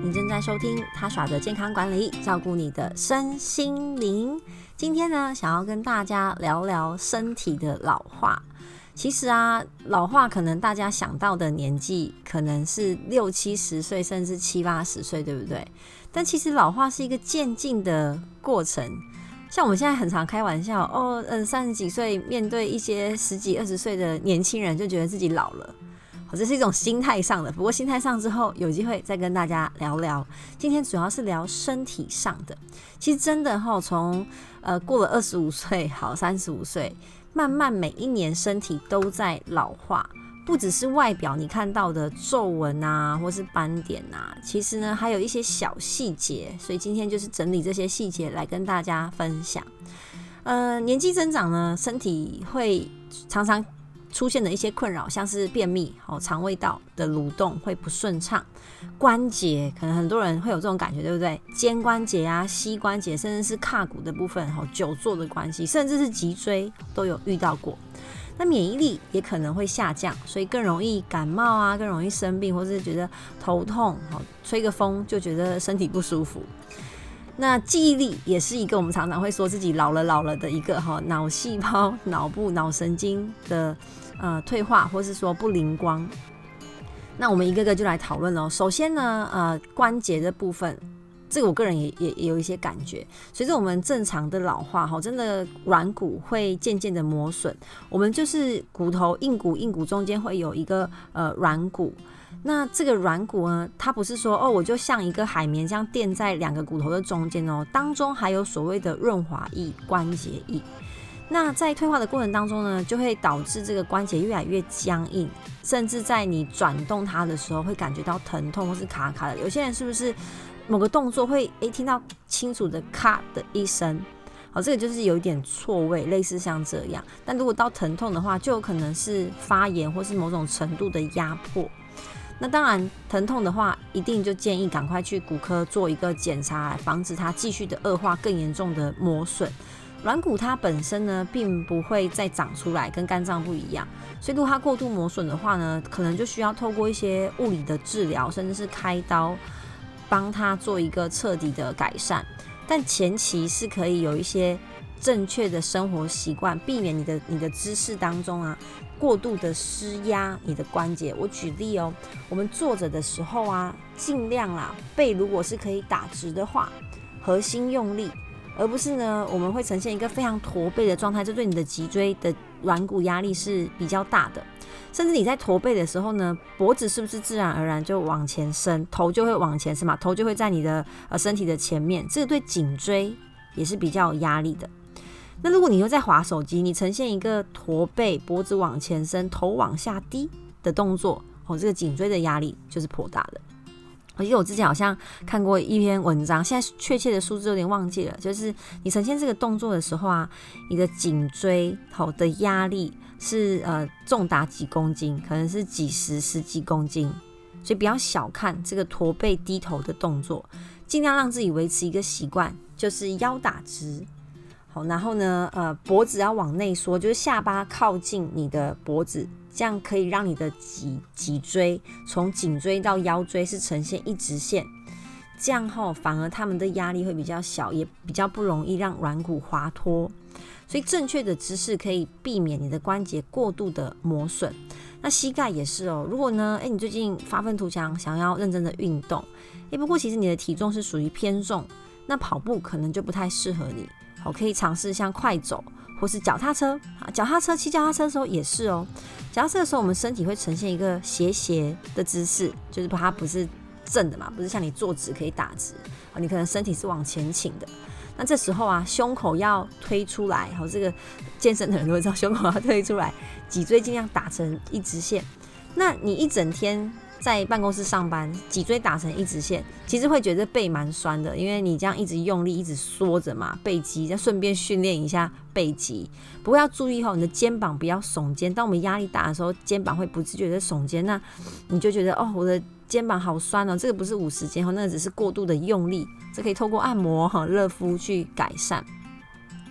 你正在收听他耍的健康管理，照顾你的身心灵。今天呢，想要跟大家聊聊身体的老化。其实啊，老化可能大家想到的年纪可能是60-70岁，甚至70-80岁，对不对？但其实老化是一个渐进的过程。像我们现在很常开玩笑30几岁面对一些10几20岁的年轻人，就觉得自己老了。这是一种心态上的，不过心态上之后有机会再跟大家聊聊。今天主要是聊身体上的。其实真的从过了25岁好35岁，慢慢每一年身体都在老化，不只是外表你看到的皱纹啊或是斑点啊，其实呢还有一些小细节，所以今天就是整理这些细节来跟大家分享。年纪增长呢，身体会常常出现的一些困扰，像是便秘、肠胃道的蠕动会不顺畅，关节可能很多人会有这种感觉，对不对？肩关节啊、膝关节，甚至是胯骨的部分，久坐的关系，甚至是脊椎都有遇到过。那免疫力也可能会下降，所以更容易感冒啊，更容易生病，或是觉得头痛，吹个风就觉得身体不舒服。那记忆力也是一个我们常常会说自己老了的一个脑细胞、脑部、脑神经的退化，或是说不灵光。那我们一个个就来讨论咯。首先呢，关节的部分，这个我个人也有一些感觉。随着我们正常的老化，真的软骨会渐渐的磨损。我们就是骨头硬骨中间会有一个软骨。那这个软骨呢，它不是说我就像一个海绵这样垫在两个骨头的中间当中还有所谓的润滑液、关节液。那在退化的过程当中呢，就会导致这个关节越来越僵硬，甚至在你转动它的时候会感觉到疼痛或是卡卡的。有些人是不是某个动作会听到清楚的咔的一声，这个就是有一点错位，类似像这样。但如果到疼痛的话，就有可能是发炎或是某种程度的压迫。那当然疼痛的话，一定就建议赶快去骨科做一个检查，来防止它继续的恶化，更严重的磨损。软骨它本身呢，并不会再长出来，跟肝脏不一样，所以如果它过度磨损的话呢，可能就需要透过一些物理的治疗，甚至是开刀，帮它做一个彻底的改善。但前期是可以有一些正确的生活习惯，避免你的姿势当中啊，过度的施压你的关节。我举例我们坐着的时候啊，尽量背如果是可以打直的话，核心用力，而不是呢我们会呈现一个非常驼背的状态，这对你的脊椎的软骨压力是比较大的。甚至你在驼背的时候呢，脖子是不是自然而然就往前伸，头就会往前伸嘛，头就会在你的身体的前面，这个对颈椎也是比较有压力的。那如果你又在滑手机，你呈现一个驼背、脖子往前伸、头往下低的动作，这个颈椎的压力就是颇大的。我记得我之前好像看过一篇文章，现在确切的数字有点忘记了，就是你呈现这个动作的时候啊，你的颈椎的压力是重达几公斤，可能是十几公斤，所以不要小看这个驼背低头的动作，尽量让自己维持一个习惯，就是腰打直。然后呢，脖子要往内缩，就是下巴靠近你的脖子，这样可以让你的脊椎从颈椎到腰椎是呈现一直线，这样反而他们的压力会比较小，也比较不容易让软骨滑脱。所以正确的姿势可以避免你的关节过度的磨损。那膝盖也是如果呢，你最近发愤图强，想要认真的运动，不过其实你的体重是属于偏重，那跑步可能就不太适合你。可以尝试像快走或是脚踏车。骑脚踏车的时候也是脚踏车的时候我们身体会呈现一个斜的姿势，就是它不是正的嘛，不是像你坐直可以打直，你可能身体是往前倾的。那这时候啊，胸口要推出来，这个健身的人都会知道胸口要推出来，脊椎尽量打成一直线。那你一整天在办公室上班，脊椎打成一直线，其实会觉得背蛮酸的，因为你这样一直用力，一直缩着嘛，背肌，再顺便训练一下背肌。不过要注意你的肩膀不要耸肩，当我们压力大的时候，肩膀会不自觉的耸肩，那你就觉得我的肩膀好酸这个不是50肩那个只是过度的用力，这可以透过按摩热敷去改善。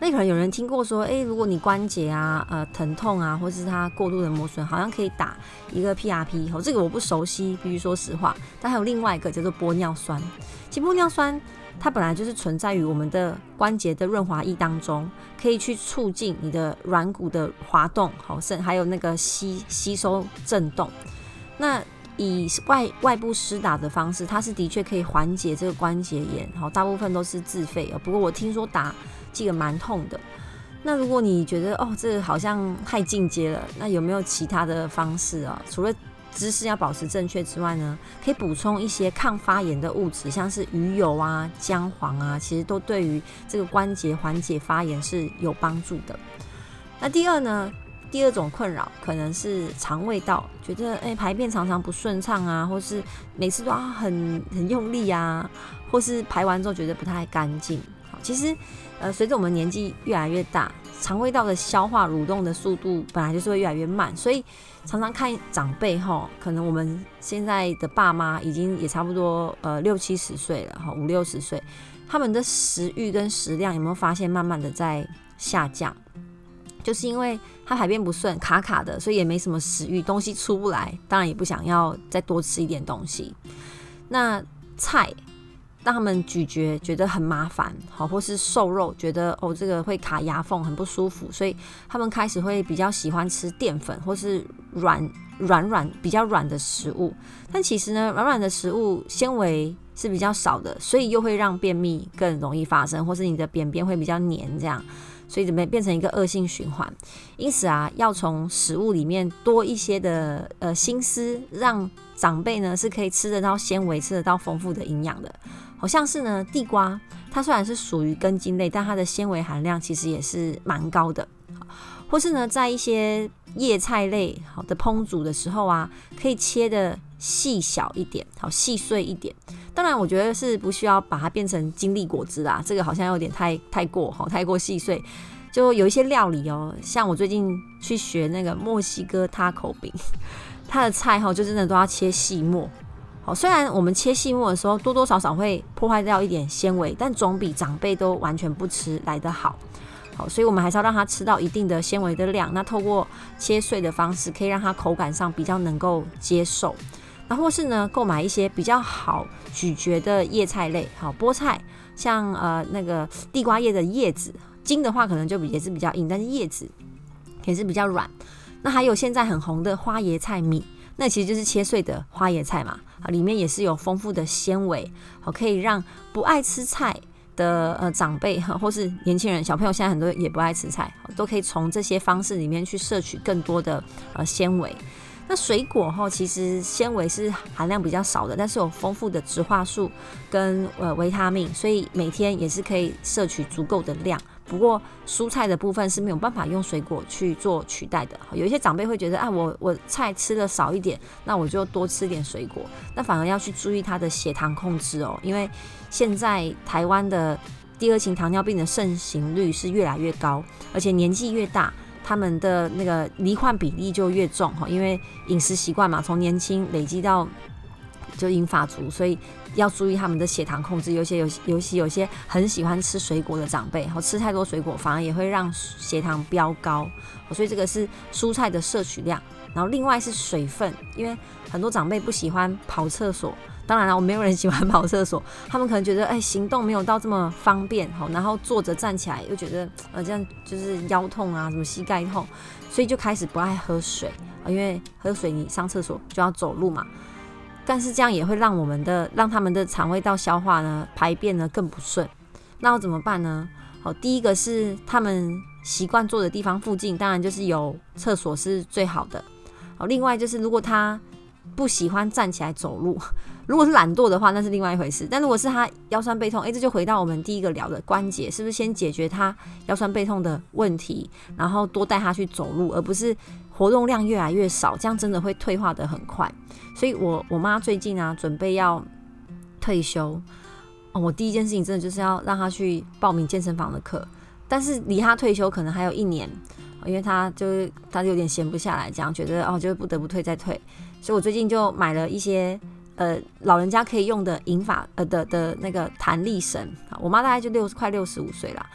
那可能有人听过说，如果你关节啊、疼痛啊，或是它过度的磨损，好像可以打一个 PRP，这个我不熟悉，必须说实话。但还有另外一个叫做玻尿酸，其实玻尿酸它本来就是存在于我们的关节的润滑液当中，可以去促进你的软骨的滑动，还有那个吸收震动。那以外部施打的方式，它是的确可以缓解这个关节炎，大部分都是自费。不过我听说打这个蛮痛的。那如果你觉得这个好像太进阶了，那有没有其他的方式啊？除了姿势要保持正确之外呢，可以补充一些抗发炎的物质，像是鱼油啊、姜黄啊，其实都对于这个关节缓解发炎是有帮助的。那第二种困扰可能是肠胃道，觉得排便常常不顺畅啊，或是每次都要很用力啊，或是排完之后觉得不太干净。其实随着我们年纪越来越大，肠胃道的消化蠕动的速度本来就是会越来越慢，所以常常看长辈可能我们现在的爸妈已经也差不多60-70岁了，50-60岁，他们的食欲跟食量有没有发现慢慢的在下降？就是因为他排便不顺，卡卡的，所以也没什么食欲，东西出不来，当然也不想要再多吃一点东西。那菜让他们咀嚼觉得很麻烦，或是瘦肉觉得这个会卡牙缝很不舒服，所以他们开始会比较喜欢吃淀粉或是比较软的食物。但其实呢，软软的食物纤维是比较少的，所以又会让便秘更容易发生，或是你的便便会比较黏这样。所以怎么变成一个恶性循环？因此啊，要从食物里面多一些的心思，让长辈呢是可以吃得到纤维，吃得到丰富的营养的。好像是呢，地瓜它虽然是属于根茎类，但它的纤维含量其实也是蛮高的。或是呢，在一些叶菜类的烹煮的时候啊，可以切的细小一点，细碎一点。当然我觉得是不需要把它变成精力果汁啦，这个好像有点太过细碎。就有一些料理像我最近去学那个墨西哥taco饼，它的菜就真的都要切细末。虽然我们切细末的时候多多少少会破坏掉一点纤维，但总比长辈都完全不吃来得好。所以我们还是要让他吃到一定的纤维的量，那透过切碎的方式可以让他口感上比较能够接受。然后或是呢，购买一些比较好咀嚼的叶菜类，菠菜，像那个地瓜叶的叶子，茎的话可能就也是比较硬，但是叶子也是比较软。那还有现在很红的花椰菜米，那其实就是切碎的花椰菜嘛，里面也是有丰富的纤维，可以让不爱吃菜的长辈或是年轻人、小朋友，现在很多也不爱吃菜，都可以从这些方式里面去摄取更多的纤维。那水果其实纤维是含量比较少的，但是有丰富的植化素跟维他命，所以每天也是可以摄取足够的量。不过蔬菜的部分是没有办法用水果去做取代的。有一些长辈会觉得我菜吃的少一点，那我就多吃点水果，那反而要去注意他的血糖控制因为现在台湾的第二型糖尿病的盛行率是越来越高，而且年纪越大，他们的那个罹患比例就越重，因为饮食习惯嘛，从年轻累积到就银发族，所以要注意他们的血糖控制。有些很喜欢吃水果的长辈，吃太多水果反而也会让血糖飙高，所以这个是蔬菜的摄取量。然后另外是水分，因为很多长辈不喜欢跑厕所，当然了，我没有人喜欢跑厕所，他们可能觉得行动没有到这么方便，然后坐着站起来又觉得这样就是腰痛啊，什么膝盖痛，所以就开始不爱喝水，因为喝水你上厕所就要走路嘛。但是这样也会让他们的肠胃道消化呢、排便呢更不顺。那要怎么办呢？第一个是他们习惯坐的地方附近，当然就是有厕所是最好的。另外就是如果他不喜欢站起来走路，如果是懒惰的话那是另外一回事，但如果是他腰酸背痛，这就回到我们第一个聊的关节，是不是先解决他腰酸背痛的问题，然后多带他去走路，而不是活动量越来越少，这样真的会退化得很快。所以我妈最近准备要退休，我第一件事情真的就是要让她去报名健身房的课，但是离她退休可能还有1年，因为她有点闲不下来，这样觉得就不得不退再退，所以我最近就买了一些老人家可以用的银发的那个弹力绳。我妈大概就快65岁啦，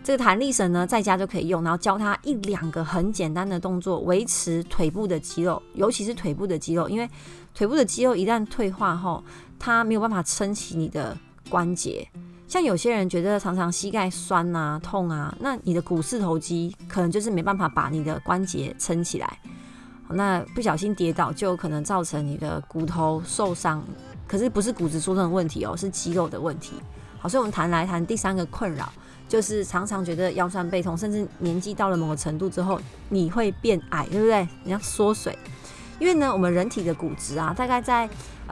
这个弹力绳呢，在家就可以用，然后教他1-2个很简单的动作，维持腿部的肌肉，尤其是腿部的肌肉，因为腿部的肌肉一旦退化后，它没有办法撑起你的关节。像有些人觉得常常膝盖酸啊、痛啊，那你的股四头肌可能就是没办法把你的关节撑起来，那不小心跌倒就有可能造成你的骨头受伤，可是不是骨质疏松的问题哦，是肌肉的问题。好，所以我们谈来谈第3个困扰，就是常常觉得腰酸背痛，甚至年纪到了某个程度之后，你会变矮，对不对？你要缩水，因为呢，我们人体的骨质啊，大概在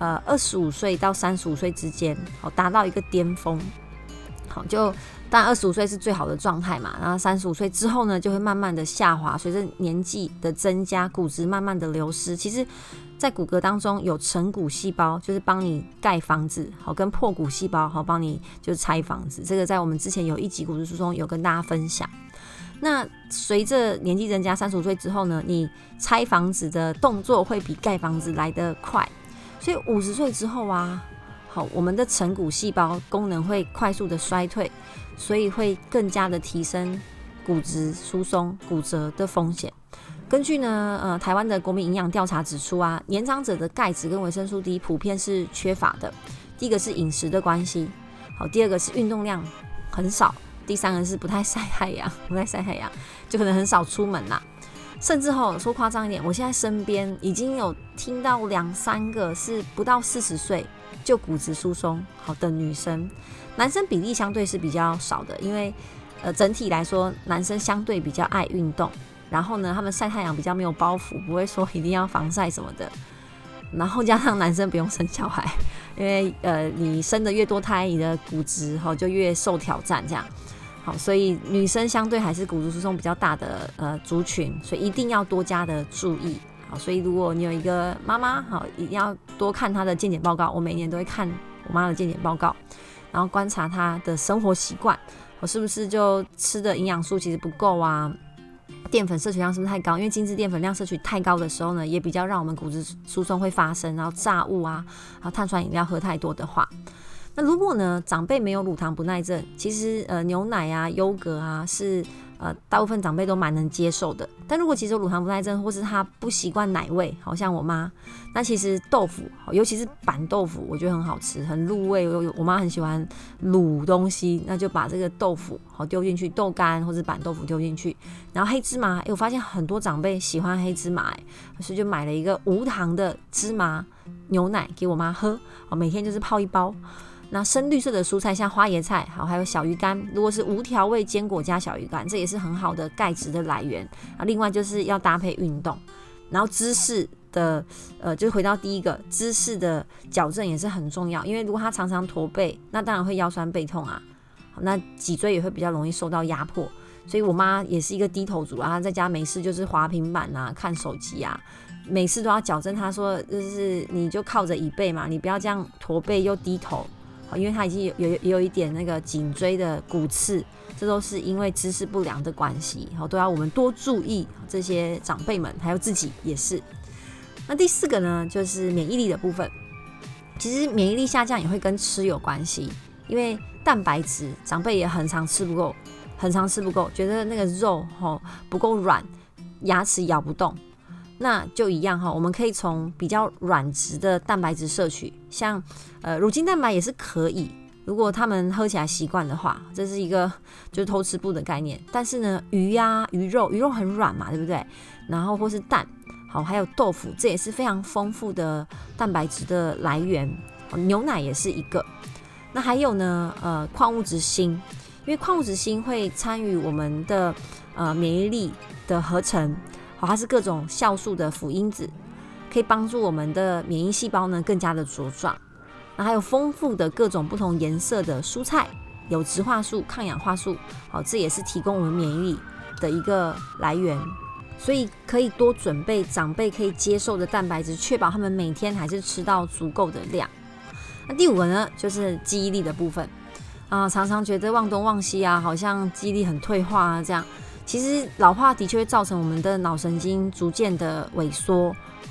25岁到35岁之间，好达到一个巅峰。好，就当然25岁是最好的状态嘛，然后35岁之后呢，就会慢慢的下滑，随着年纪的增加，骨质慢慢的流失。其实，在骨骼当中有成骨细胞，就是帮你盖房子，好，跟破骨细胞，好，帮你就是拆房子。这个在我们之前有一集骨质疏松有跟大家分享。那随着年纪增加，35岁之后呢，你拆房子的动作会比盖房子来得快，所以50岁之后啊。好，我们的成骨细胞功能会快速的衰退，所以会更加的提升骨质疏松、骨折的风险。根据呢，台湾的国民营养调查指出啊，年长者的钙质跟维生素 D 普遍是缺乏的。第一个是饮食的关系，好，第二个是运动量很少，第3个是不太晒太阳，就可能很少出门啦。甚至说夸张一点，我现在身边已经有听到2-3个是不到40岁就骨质疏松好的女生，男生比例相对是比较少的，因为整体来说男生相对比较爱运动，然后呢他们晒太阳比较没有包袱，不会说一定要防晒什么的，然后加上男生不用生小孩，因为你生的越多胎，你的骨质就越受挑战这样。好，所以女生相对还是骨质疏松比较大的族群，所以一定要多加的注意。好，所以如果你有一个妈妈，好，一定要多看她的健检报告。我每年都会看我妈的健检报告，然后观察她的生活习惯，我是不是就吃的营养素其实不够啊？淀粉摄取量是不是太高？因为精致淀粉量摄取太高的时候呢，也比较让我们骨质疏松会发生。然后炸物啊，然后碳酸饮料喝太多的话。那如果呢，长辈没有乳糖不耐症，其实牛奶啊、优格啊是大部分长辈都蛮能接受的。但如果其实有乳糖不耐症，或是他不习惯奶味，好像我妈，那其实豆腐，尤其是板豆腐，我觉得很好吃，很入味。我妈很喜欢卤东西，那就把这个豆腐好丢进去，豆干或者板豆腐丢进去，然后黑芝麻，我发现很多长辈喜欢黑芝麻，所以就买了一个无糖的芝麻牛奶给我妈喝，每天就是泡1包。那深绿色的蔬菜像花椰菜，好，还有小鱼干，如果是无调味坚果加小鱼干，这也是很好的钙质的来源。另外就是要搭配运动，然后姿势的就回到第一个，姿势的矫正也是很重要，因为如果他常常驼背，那当然会腰酸背痛啊，那脊椎也会比较容易受到压迫。所以我妈也是一个低头族啦，她在家没事就是滑平板啊、看手机啊，每次都要矫正她说，就是你就靠着椅背嘛，你不要这样驼背又低头。因为他已经有一点那个颈椎的骨刺，这都是因为姿势不良的关系，都要我们多注意。这些长辈们还有自己也是。那第4个呢，就是免疫力的部分。其实免疫力下降也会跟吃有关系，因为蛋白质长辈也很常吃不够，觉得那个肉不够软，牙齿咬不动。那就一样我们可以从比较软质的蛋白质摄取，像乳清蛋白也是可以，如果他们喝起来习惯的话，这是一个就是偷吃步的概念。但是呢，鱼肉很软嘛，对不对？然后或是蛋，好，还有豆腐，这也是非常丰富的蛋白质的来源。牛奶也是一个。那还有呢，矿物质锌，因为矿物质锌会参与我们的免疫力的合成。好，它是各种酵素的辅因子，可以帮助我们的免疫细胞呢更加的茁壮。那还有丰富的各种不同颜色的蔬菜，有植化素、抗氧化素，好，这也是提供我们免疫力的一个来源。所以可以多准备长辈可以接受的蛋白质，确保他们每天还是吃到足够的量。那第5个呢，就是记忆力的部分啊，常常觉得忘东忘西啊，好像记忆力很退化啊，这样。其实老化的确会造成我们的脑神经逐渐的萎缩，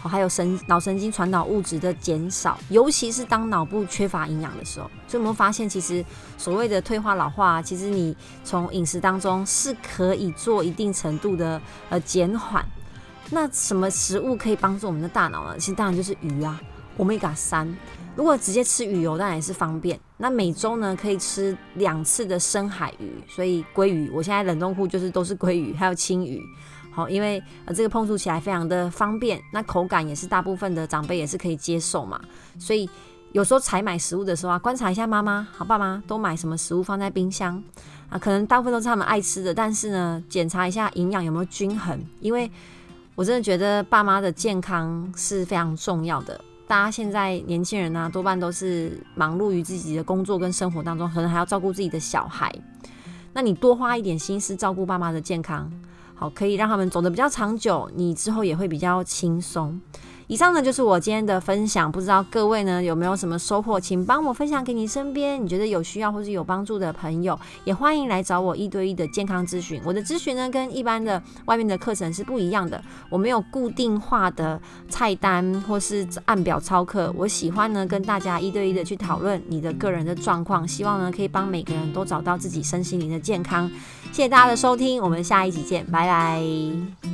还有脑神经传导物质的减少，尤其是当脑部缺乏营养的时候。所以我们发现，其实所谓的退化老化，其实你从饮食当中是可以做一定程度的减缓。那什么食物可以帮助我们的大脑呢？其实当然就是鱼啊，Omega-3。如果直接吃鱼油当然也是方便。那每周呢可以吃2次的深海鱼，所以鲑鱼，我现在冷冻库就是都是鲑鱼，还有青鱼。好，因为这个碰触起来非常的方便，那口感也是大部分的长辈也是可以接受嘛。所以有时候采买食物的时候观察一下妈妈、好爸妈都买什么食物放在冰箱可能大部分都是他们爱吃的，但是呢，检查一下营养有没有均衡，因为我真的觉得爸妈的健康是非常重要的。大家现在年轻人多半都是忙碌于自己的工作跟生活当中，可能还要照顾自己的小孩。那你多花一点心思照顾爸妈的健康，好，可以让他们走得比较长久，你之后也会比较轻松。以上呢就是我今天的分享，不知道各位呢有没有什么收获，请帮我分享给你身边你觉得有需要或是有帮助的朋友，也欢迎来找我1对1的健康咨询。我的咨询呢跟一般的外面的课程是不一样的，我没有固定化的菜单或是按表操课，我喜欢呢跟大家1对1的去讨论你的个人的状况，希望呢可以帮每个人都找到自己身心灵的健康。谢谢大家的收听，我们下一集见，拜拜。